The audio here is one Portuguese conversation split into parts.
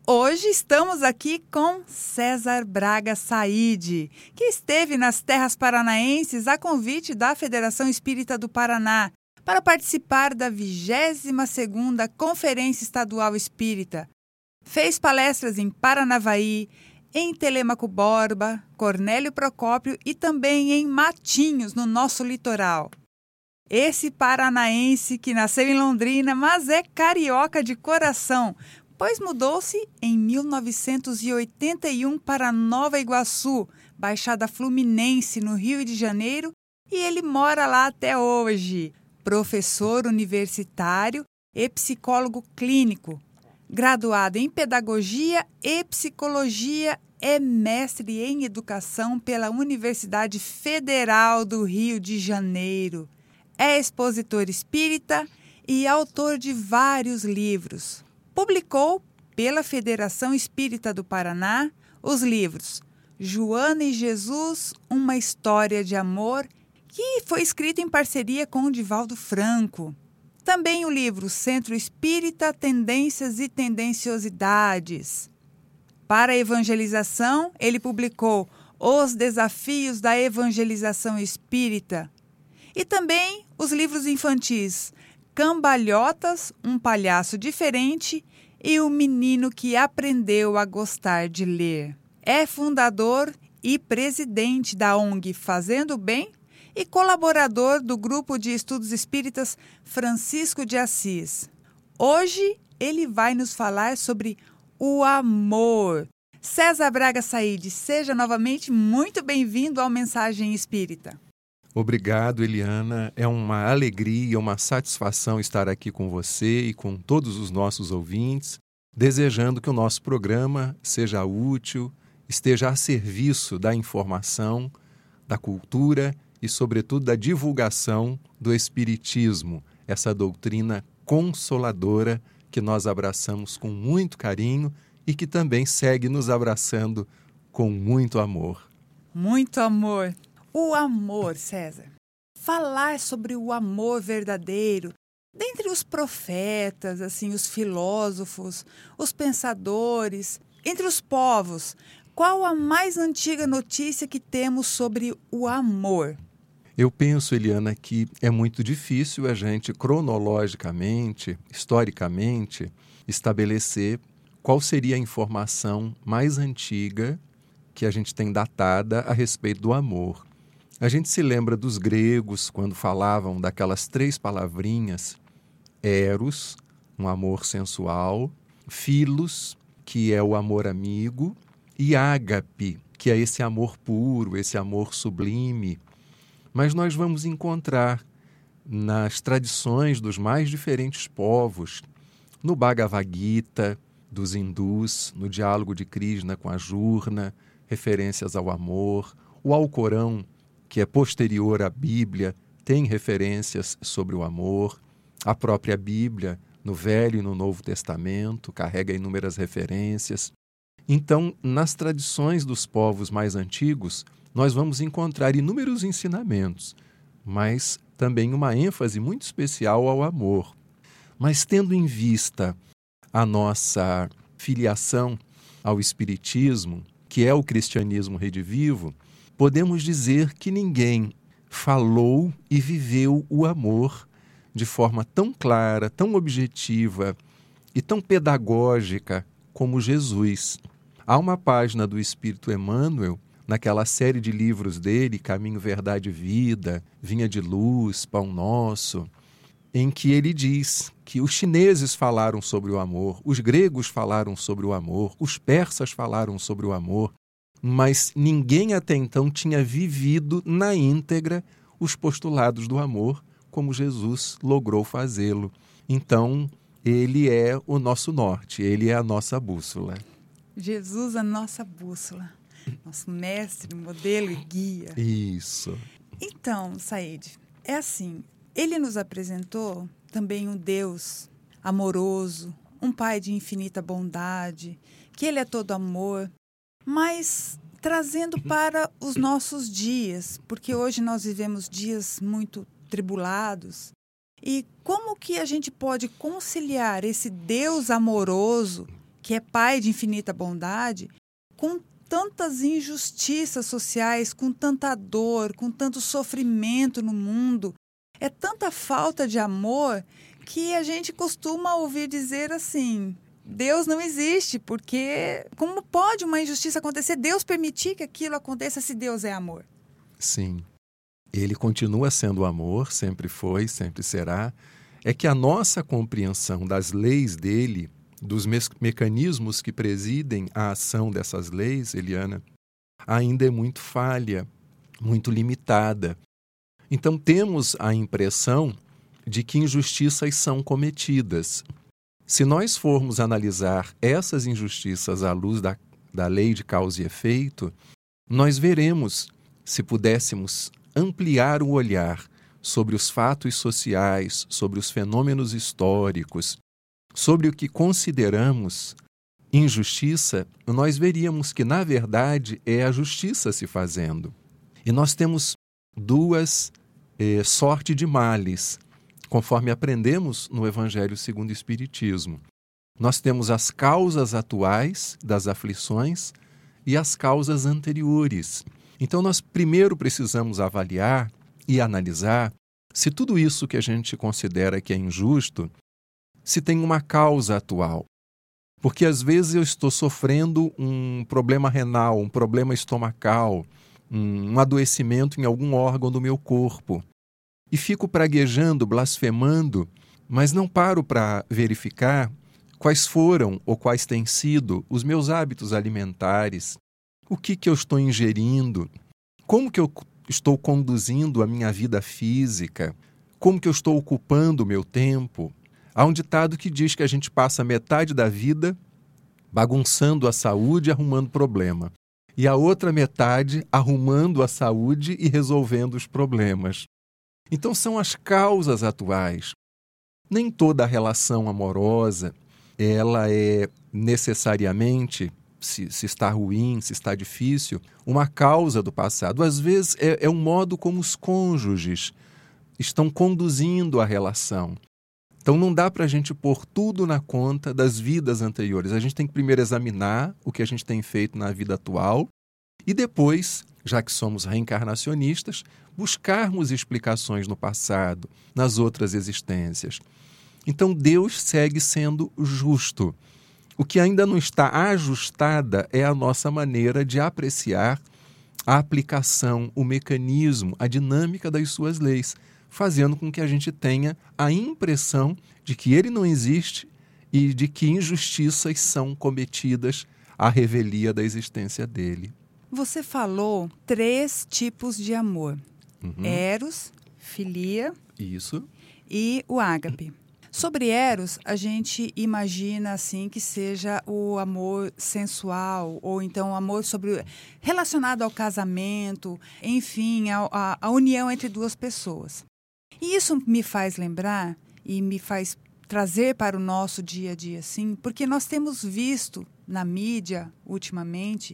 Hoje estamos aqui com César Braga Saide, que esteve nas terras paranaenses a convite da Federação Espírita do Paraná para participar da 22ª Conferência Estadual Espírita. Fez palestras em Paranavaí, em Telêmaco Borba, Cornélio Procópio e também em Matinhos, no nosso litoral. Esse paranaense que nasceu em Londrina, mas é carioca de coração, pois mudou-se em 1981 para Nova Iguaçu, Baixada Fluminense, no Rio de Janeiro, e ele mora lá até hoje. Professor universitário e psicólogo clínico. Graduado em Pedagogia e Psicologia, é mestre em Educação pela Universidade Federal do Rio de Janeiro. É expositor espírita e autor de vários livros. Publicou pela Federação Espírita do Paraná os livros Joana e Jesus, uma história de amor, que foi escrito em parceria com o Divaldo Franco. Também o livro Centro Espírita, Tendências e Tendenciosidades. Para a evangelização, ele publicou Os Desafios da Evangelização Espírita. E também os livros infantis Cambalhotas, um palhaço diferente e O menino que aprendeu a gostar de ler. É fundador e presidente da ONG Fazendo Bem e colaborador do Grupo de Estudos Espíritas Francisco de Assis. Hoje ele vai nos falar sobre o amor. César Braga Saide, seja novamente muito bem-vindo ao Mensagem Espírita. Obrigado, Eliana. É uma alegria, uma satisfação estar aqui com você e com todos os nossos ouvintes, desejando que o nosso programa seja útil, esteja a serviço da informação, da cultura e, sobretudo, da divulgação do Espiritismo, essa doutrina consoladora que nós abraçamos com muito carinho e que também segue nos abraçando com muito amor. Muito amor. O amor, César. Falar sobre o amor verdadeiro, dentre os profetas, assim, os filósofos, os pensadores, entre os povos, qual a mais antiga notícia que temos sobre o amor? Eu penso, Eliana, que é muito difícil a gente cronologicamente, historicamente, estabelecer qual seria a informação mais antiga que a gente tem datada a respeito do amor. A gente se lembra dos gregos quando falavam daquelas 3 palavrinhas, eros, um amor sensual, philos, que é o amor amigo, e ágape, que é esse amor puro, esse amor sublime. Mas nós vamos encontrar nas tradições dos mais diferentes povos, no Bhagavad Gita, dos hindus, no diálogo de Krishna com a Jurna, referências ao amor, o Alcorão, que é posterior à Bíblia, tem referências sobre o amor. A própria Bíblia, no Velho e no Novo Testamento, carrega inúmeras referências. Então, nas tradições dos povos mais antigos, nós vamos encontrar inúmeros ensinamentos, mas também uma ênfase muito especial ao amor. Mas tendo em vista a nossa filiação ao Espiritismo, que é o cristianismo redivivo, podemos dizer que ninguém falou e viveu o amor de forma tão clara, tão objetiva e tão pedagógica como Jesus. Há uma página do Espírito Emmanuel, naquela série de livros dele, Caminho, Verdade e Vida, Vinha de Luz, Pão Nosso, em que ele diz que os chineses falaram sobre o amor, os gregos falaram sobre o amor, os persas falaram sobre o amor, mas ninguém até então tinha vivido na íntegra os postulados do amor como Jesus logrou fazê-lo. Então, ele é o nosso norte, ele é a nossa bússola. Jesus, a nossa bússola, nosso mestre, modelo e guia. Isso. Então, Saide, é assim, ele nos apresentou também um Deus amoroso, um Pai de infinita bondade, que ele é todo amor, mas trazendo para os nossos dias, porque hoje nós vivemos dias muito tribulados. E como que a gente pode conciliar esse Deus amoroso que é Pai de infinita bondade, com tantas injustiças sociais, com tanta dor, com tanto sofrimento no mundo, é tanta falta de amor que a gente costuma ouvir dizer assim: Deus não existe, porque como pode uma injustiça acontecer? Deus permitir que aquilo aconteça se Deus é amor? Sim, ele continua sendo amor, sempre foi, sempre será. É que a nossa compreensão das leis dele, dos mecanismos que presidem a ação dessas leis, Eliana, ainda é muito falha, muito limitada. Então temos a impressão de que injustiças são cometidas. Se nós formos analisar essas injustiças à luz da lei de causa e efeito, nós veremos, se pudéssemos ampliar o olhar sobre os fatos sociais, sobre os fenômenos históricos, sobre o que consideramos injustiça, nós veríamos que, na verdade, é a justiça se fazendo. E nós temos duas sortes de males, conforme aprendemos no Evangelho segundo o Espiritismo. Nós temos as causas atuais das aflições e as causas anteriores. Então, nós primeiro precisamos avaliar e analisar se tudo isso que a gente considera que é injusto, se tem uma causa atual. Porque às vezes eu estou sofrendo um problema renal, um problema estomacal, um adoecimento em algum órgão do meu corpo. E fico praguejando, blasfemando, mas não paro para verificar quais foram ou quais têm sido os meus hábitos alimentares, o que eu estou ingerindo, como que eu estou conduzindo a minha vida física, como que eu estou ocupando o meu tempo. Há um ditado que diz que a gente passa metade da vida bagunçando a saúde e arrumando problema, e a outra metade arrumando a saúde e resolvendo os problemas. Então são as causas atuais. Nem toda relação amorosa ela é necessariamente, se está ruim, se está difícil, uma causa do passado. Às vezes é um modo como os cônjuges estão conduzindo a relação. Então não dá para a gente pôr tudo na conta das vidas anteriores. A gente tem que primeiro examinar o que a gente tem feito na vida atual e depois, já que somos reencarnacionistas, buscarmos explicações no passado, nas outras existências. Então Deus segue sendo justo. O que ainda não está ajustada é a nossa maneira de apreciar a aplicação, o mecanismo, a dinâmica das suas leis, fazendo com que a gente tenha a impressão de que ele não existe e de que injustiças são cometidas à revelia da existência dele. Você falou 3 tipos de amor. Eros, filia Isso. e o ágape. Sobre Eros, a gente imagina assim que seja o amor sensual, ou então o amor relacionado ao casamento, enfim, a união entre 2 pessoas. E isso me faz lembrar e me faz trazer para o nosso dia a dia, sim, porque nós temos visto na mídia, ultimamente,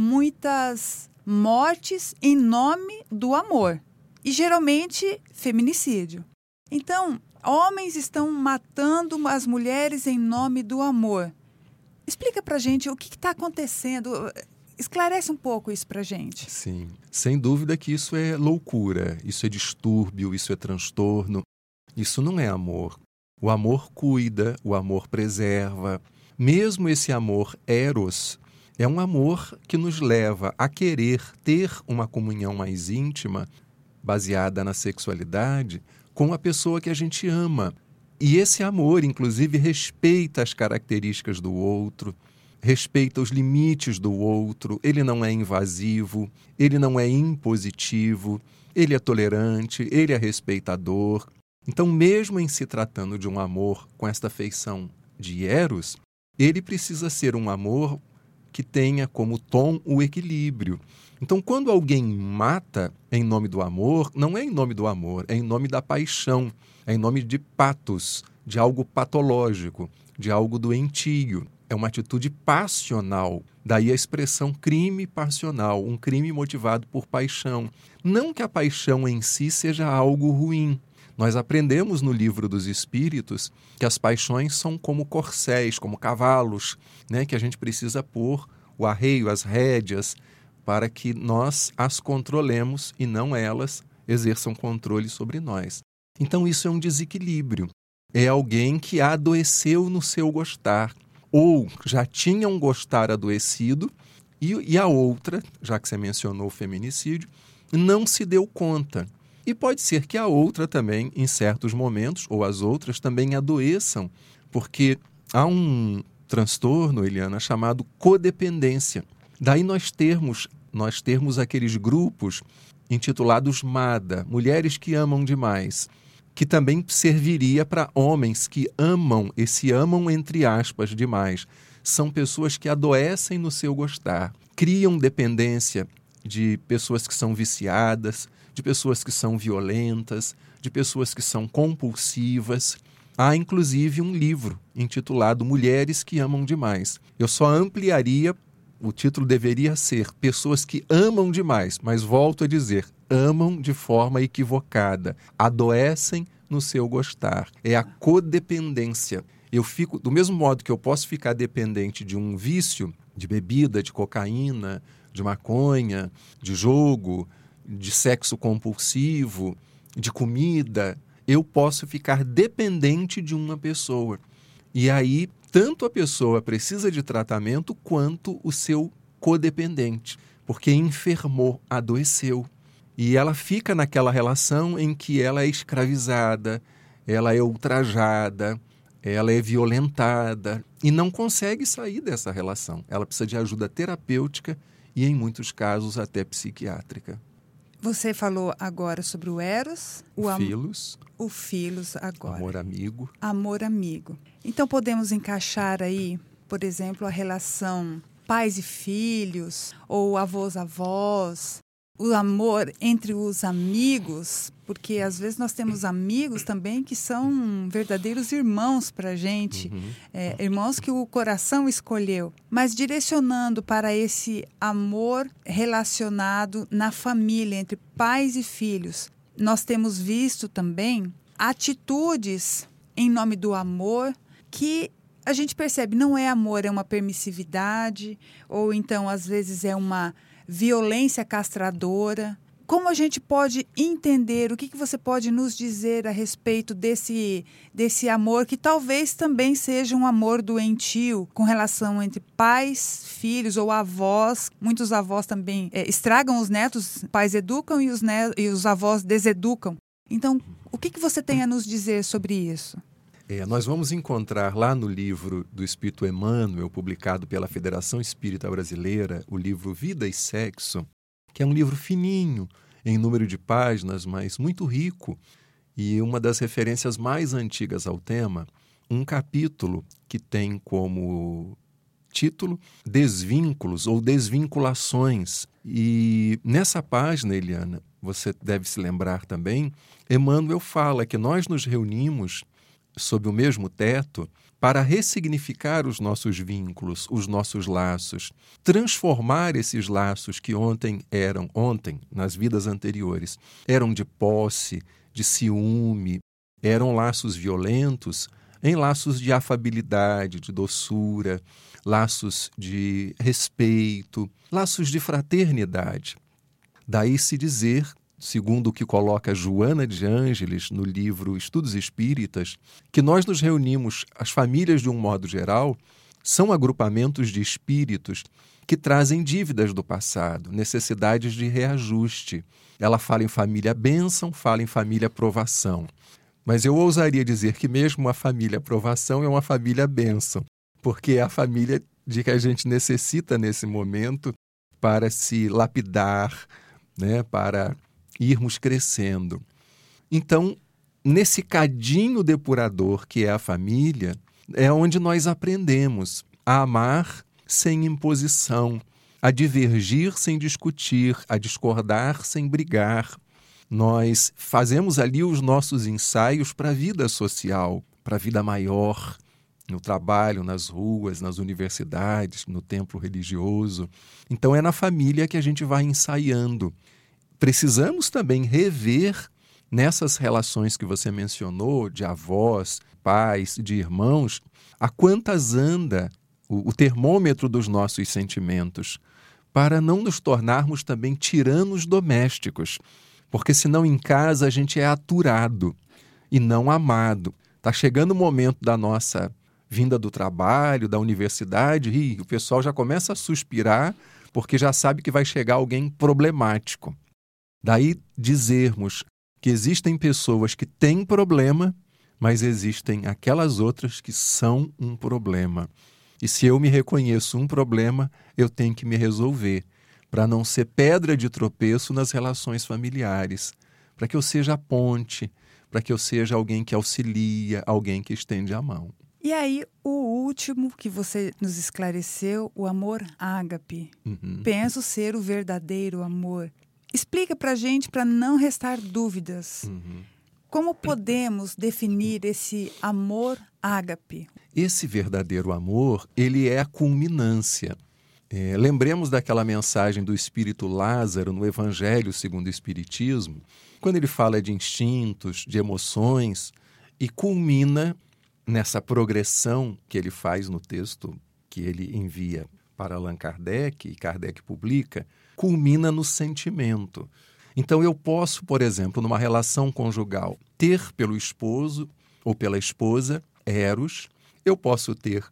muitas mortes em nome do amor. E geralmente feminicídio. Então, homens estão matando as mulheres em nome do amor. Explica pra gente o que está acontecendo. Esclarece um pouco isso pra gente. Sim, sem dúvida que isso é loucura, isso é distúrbio, isso é transtorno. Isso não é amor. O amor cuida, o amor preserva. Mesmo esse amor eros é um amor que nos leva a querer ter uma comunhão mais íntima, baseada na sexualidade, com a pessoa que a gente ama. E esse amor, inclusive, respeita as características do outro, respeita os limites do outro, ele não é invasivo, ele não é impositivo, ele é tolerante, ele é respeitador. Então, mesmo em se tratando de um amor com esta feição de eros, ele precisa ser um amor que tenha como tom o equilíbrio. Então, quando alguém mata em nome do amor, não é em nome do amor, é em nome da paixão, é em nome de patos, de algo patológico, de algo doentio. É uma atitude passional. Daí a expressão crime passional, um crime motivado por paixão. Não que a paixão em si seja algo ruim. Nós aprendemos no Livro dos Espíritos que as paixões são como corcéis, como cavalos, né? Que a gente precisa pôr o arreio, as rédeas, para que nós as controlemos e não elas exerçam controle sobre nós. Então isso é um desequilíbrio. É alguém que adoeceu no seu gostar, ou já tinha um gostar adoecido, e a outra, já que você mencionou o feminicídio, não se deu conta. E pode ser que a outra também, em certos momentos, ou as outras também adoeçam, porque há um transtorno, Eliana, chamado codependência. Daí nós termos aqueles grupos intitulados MADA, Mulheres que Amam Demais, que também serviria para homens que amam, esse amam entre aspas demais. São pessoas que adoecem no seu gostar, criam dependência de pessoas que são viciadas, de pessoas que são violentas, de pessoas que são compulsivas. Há, inclusive, um livro intitulado Mulheres que Amam Demais. Eu só ampliaria, o título deveria ser Pessoas que Amam Demais, mas volto a dizer, amam de forma equivocada, adoecem no seu gostar. É a codependência. Eu fico, do mesmo modo que eu posso ficar dependente de um vício, de bebida, de cocaína, de maconha, de jogo, de sexo compulsivo, de comida, eu posso ficar dependente de uma pessoa. E aí, tanto a pessoa precisa de tratamento quanto o seu codependente, porque enfermou, adoeceu. E ela fica naquela relação em que ela é escravizada, ela é ultrajada, ela é violentada e não consegue sair dessa relação. Ela precisa de ajuda terapêutica e, em muitos casos, até psiquiátrica. Você falou agora sobre o Eros, o Filos agora. Amor amigo. Amor amigo. Então podemos encaixar aí, por exemplo, a relação pais e filhos ou avós, o amor entre os amigos, porque às vezes nós temos amigos também que são verdadeiros irmãos para a gente, irmãos que o coração escolheu, mas direcionando para esse amor relacionado na família, entre pais e filhos. Nós temos visto também atitudes em nome do amor que a gente percebe, não é amor, é uma permissividade, ou então às vezes é uma violência castradora. Como a gente pode entender, o que você pode nos dizer a respeito desse amor, que talvez também seja um amor doentio, com relação entre pais, filhos ou avós. Muitos avós também estragam os netos, pais educam e os avós deseducam. Então, o que você tem a nos dizer sobre isso? Nós vamos encontrar lá no livro do Espírito Emmanuel, publicado pela Federação Espírita Brasileira, o livro Vida e Sexo, que é um livro fininho, em número de páginas, mas muito rico, e uma das referências mais antigas ao tema, um capítulo que tem como título Desvínculos ou Desvinculações. E nessa página, Eliana, você deve se lembrar também, Emmanuel fala que nós nos reunimos sob o mesmo teto para ressignificar os nossos vínculos, os nossos laços, transformar esses laços que ontem, nas vidas anteriores, eram de posse, de ciúme, eram laços violentos, em laços de afabilidade, de doçura, laços de respeito, laços de fraternidade. Daí se dizer, segundo o que coloca Joana de Ângeles no livro Estudos Espíritas, que nós nos reunimos, as famílias de um modo geral, são agrupamentos de espíritos que trazem dívidas do passado, necessidades de reajuste. Ela fala em família bênção, fala em família provação. Mas eu ousaria dizer que mesmo a família provação é uma família bênção, porque é a família de que a gente necessita nesse momento para se lapidar, né, para irmos crescendo. Então, nesse cadinho depurador que é a família, é onde nós aprendemos a amar sem imposição, a divergir sem discutir, a discordar sem brigar. Nós fazemos ali os nossos ensaios para a vida social, para a vida maior, no trabalho, nas ruas, nas universidades, no templo religioso. Então é na família que a gente vai ensaiando. Precisamos também rever nessas relações que você mencionou, de avós, pais, de irmãos, a quantas anda o termômetro dos nossos sentimentos, para não nos tornarmos também tiranos domésticos, porque senão em casa a gente é aturado e não amado. Está chegando o momento da nossa vinda do trabalho, da universidade, e o pessoal já começa a suspirar porque já sabe que vai chegar alguém problemático. Daí dizermos que existem pessoas que têm problema, mas existem aquelas outras que são um problema. E se eu me reconheço um problema, eu tenho que me resolver, para não ser pedra de tropeço nas relações familiares, para que eu seja a ponte, para que eu seja alguém que auxilia, alguém que estende a mão. E aí, o último que você nos esclareceu, o amor ágape. Penso ser o verdadeiro amor. Explica para a gente, para não restar dúvidas. Como podemos definir esse amor ágape? Esse verdadeiro amor, ele é a culminância. Lembremos daquela mensagem do Espírito Lázaro no Evangelho segundo o Espiritismo, quando ele fala de instintos, de emoções, e culmina nessa progressão que ele faz no texto que ele envia para Allan Kardec, e Kardec publica, culmina no sentimento. Então eu posso, por exemplo, numa relação conjugal, ter pelo esposo ou pela esposa eros, eu posso ter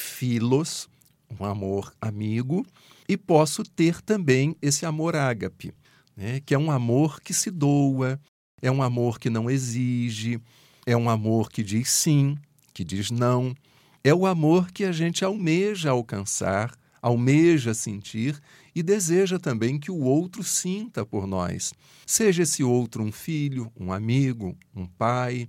filos, um amor amigo, e posso ter também esse amor ágape, né? Que é um amor que se doa, é um amor que não exige, é um amor que diz sim, que diz não. É o amor que a gente almeja alcançar, almeja sentir e deseja também que o outro sinta por nós. Seja esse outro um filho, um amigo, um pai,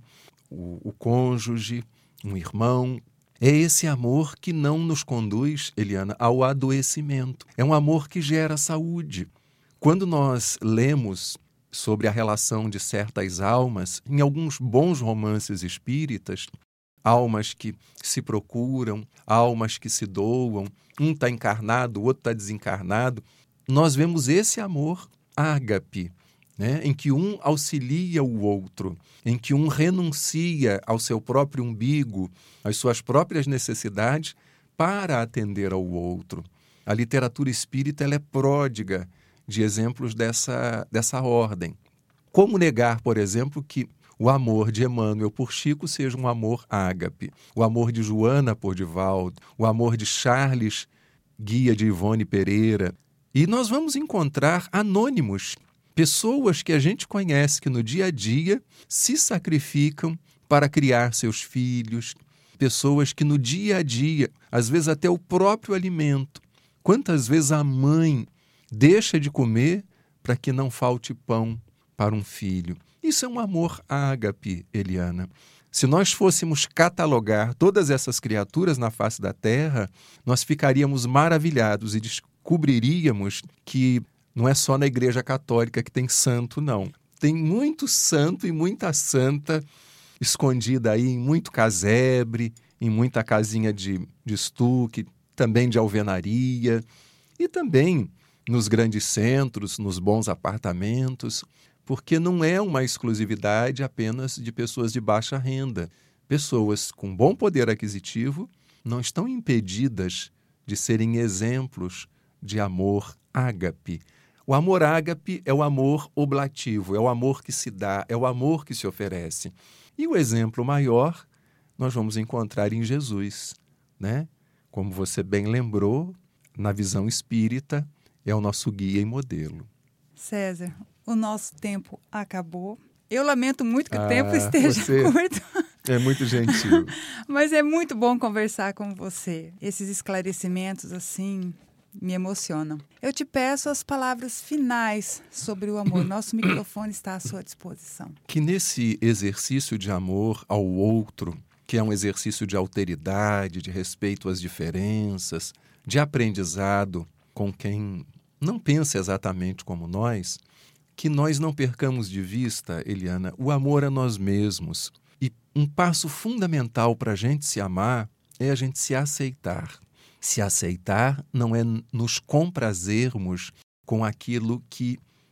o cônjuge, um irmão. É esse amor que não nos conduz, Eliana, ao adoecimento. É um amor que gera saúde. Quando nós lemos sobre a relação de certas almas, em alguns bons romances espíritas, almas que se procuram, almas que se doam, um está encarnado, o outro está desencarnado, nós vemos esse amor ágape, né? Em que um auxilia o outro, em que um renuncia ao seu próprio umbigo, às suas próprias necessidades, para atender ao outro. A literatura espírita ela é pródiga de exemplos dessa ordem. Como negar, por exemplo, que o amor de Emmanuel por Chico seja um amor ágape, o amor de Joana por Divaldo, o amor de Charles, guia de Ivone Pereira. E nós vamos encontrar anônimos, pessoas que a gente conhece que no dia a dia se sacrificam para criar seus filhos, pessoas que no dia a dia, às vezes até o próprio alimento. Quantas vezes a mãe deixa de comer para que não falte pão para um filho? Isso é um amor ágape, Eliana. Se nós fôssemos catalogar todas essas criaturas na face da Terra, nós ficaríamos maravilhados e descobriríamos que não é só na Igreja Católica que tem santo, não. Tem muito santo e muita santa escondida aí em muito casebre, em muita casinha de estuque, também de alvenaria, e também nos grandes centros, nos bons apartamentos, porque não é uma exclusividade apenas de pessoas de baixa renda. Pessoas com bom poder aquisitivo não estão impedidas de serem exemplos de amor ágape. O amor ágape é o amor oblativo, é o amor que se dá, é o amor que se oferece. E o exemplo maior nós vamos encontrar em Jesus, né? Como você bem lembrou, na visão espírita, é o nosso guia e modelo. César, o nosso tempo acabou. Eu lamento muito que o tempo esteja curto. É muito gentil. Mas é muito bom conversar com você. Esses esclarecimentos, assim, me emocionam. Eu te peço as palavras finais sobre o amor. Nosso microfone está à sua disposição. Que nesse exercício de amor ao outro, que é um exercício de alteridade, de respeito às diferenças, de aprendizado com quem não pensa exatamente como nós, que nós não percamos de vista, Eliana, o amor a nós mesmos. E um passo fundamental para a gente se amar é a gente se aceitar. Se aceitar não é nos comprazermos com aquilo que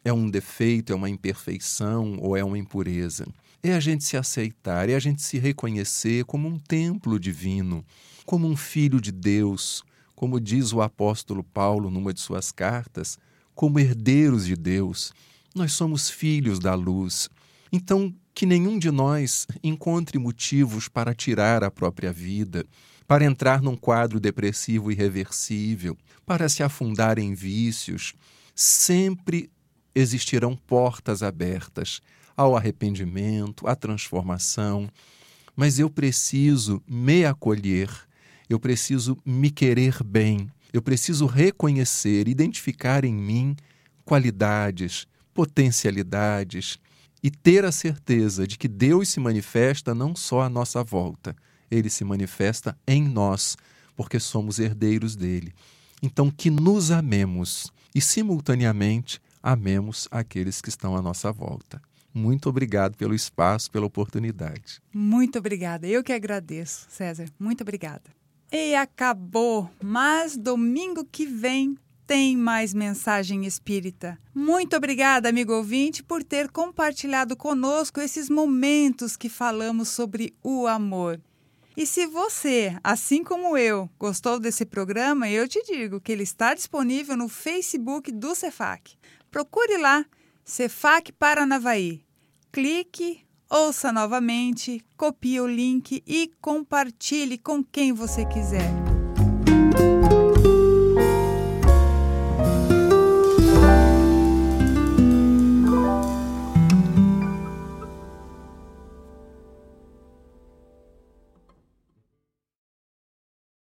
é um defeito, é uma imperfeição ou é uma impureza. É a gente se aceitar, é a gente se reconhecer como um templo divino, como um filho de Deus, como diz o apóstolo Paulo numa de suas cartas, como herdeiros de Deus. Nós somos filhos da luz. Então, que nenhum de nós encontre motivos para tirar a própria vida, para entrar num quadro depressivo irreversível, para se afundar em vícios. Sempre existirão portas abertas ao arrependimento, à transformação, mas eu preciso me acolher, eu preciso me querer bem, eu preciso reconhecer, identificar em mim qualidades, potencialidades e ter a certeza de que Deus se manifesta não só à nossa volta, Ele se manifesta em nós, porque somos herdeiros dele. Então, que nos amemos e, simultaneamente, amemos aqueles que estão à nossa volta. Muito obrigado pelo espaço, pela oportunidade. Muito obrigada. Eu que agradeço, César. Muito obrigada. E acabou, mas domingo que vem tem mais mensagem espírita. Muito obrigada, amigo ouvinte, por ter compartilhado conosco esses momentos que falamos sobre o amor. E se você, assim como eu, gostou desse programa, eu te digo que ele está disponível no Facebook do Cefac. Procure lá, Cefac Paranavaí. Clique, ouça novamente, copie o link e compartilhe com quem você quiser.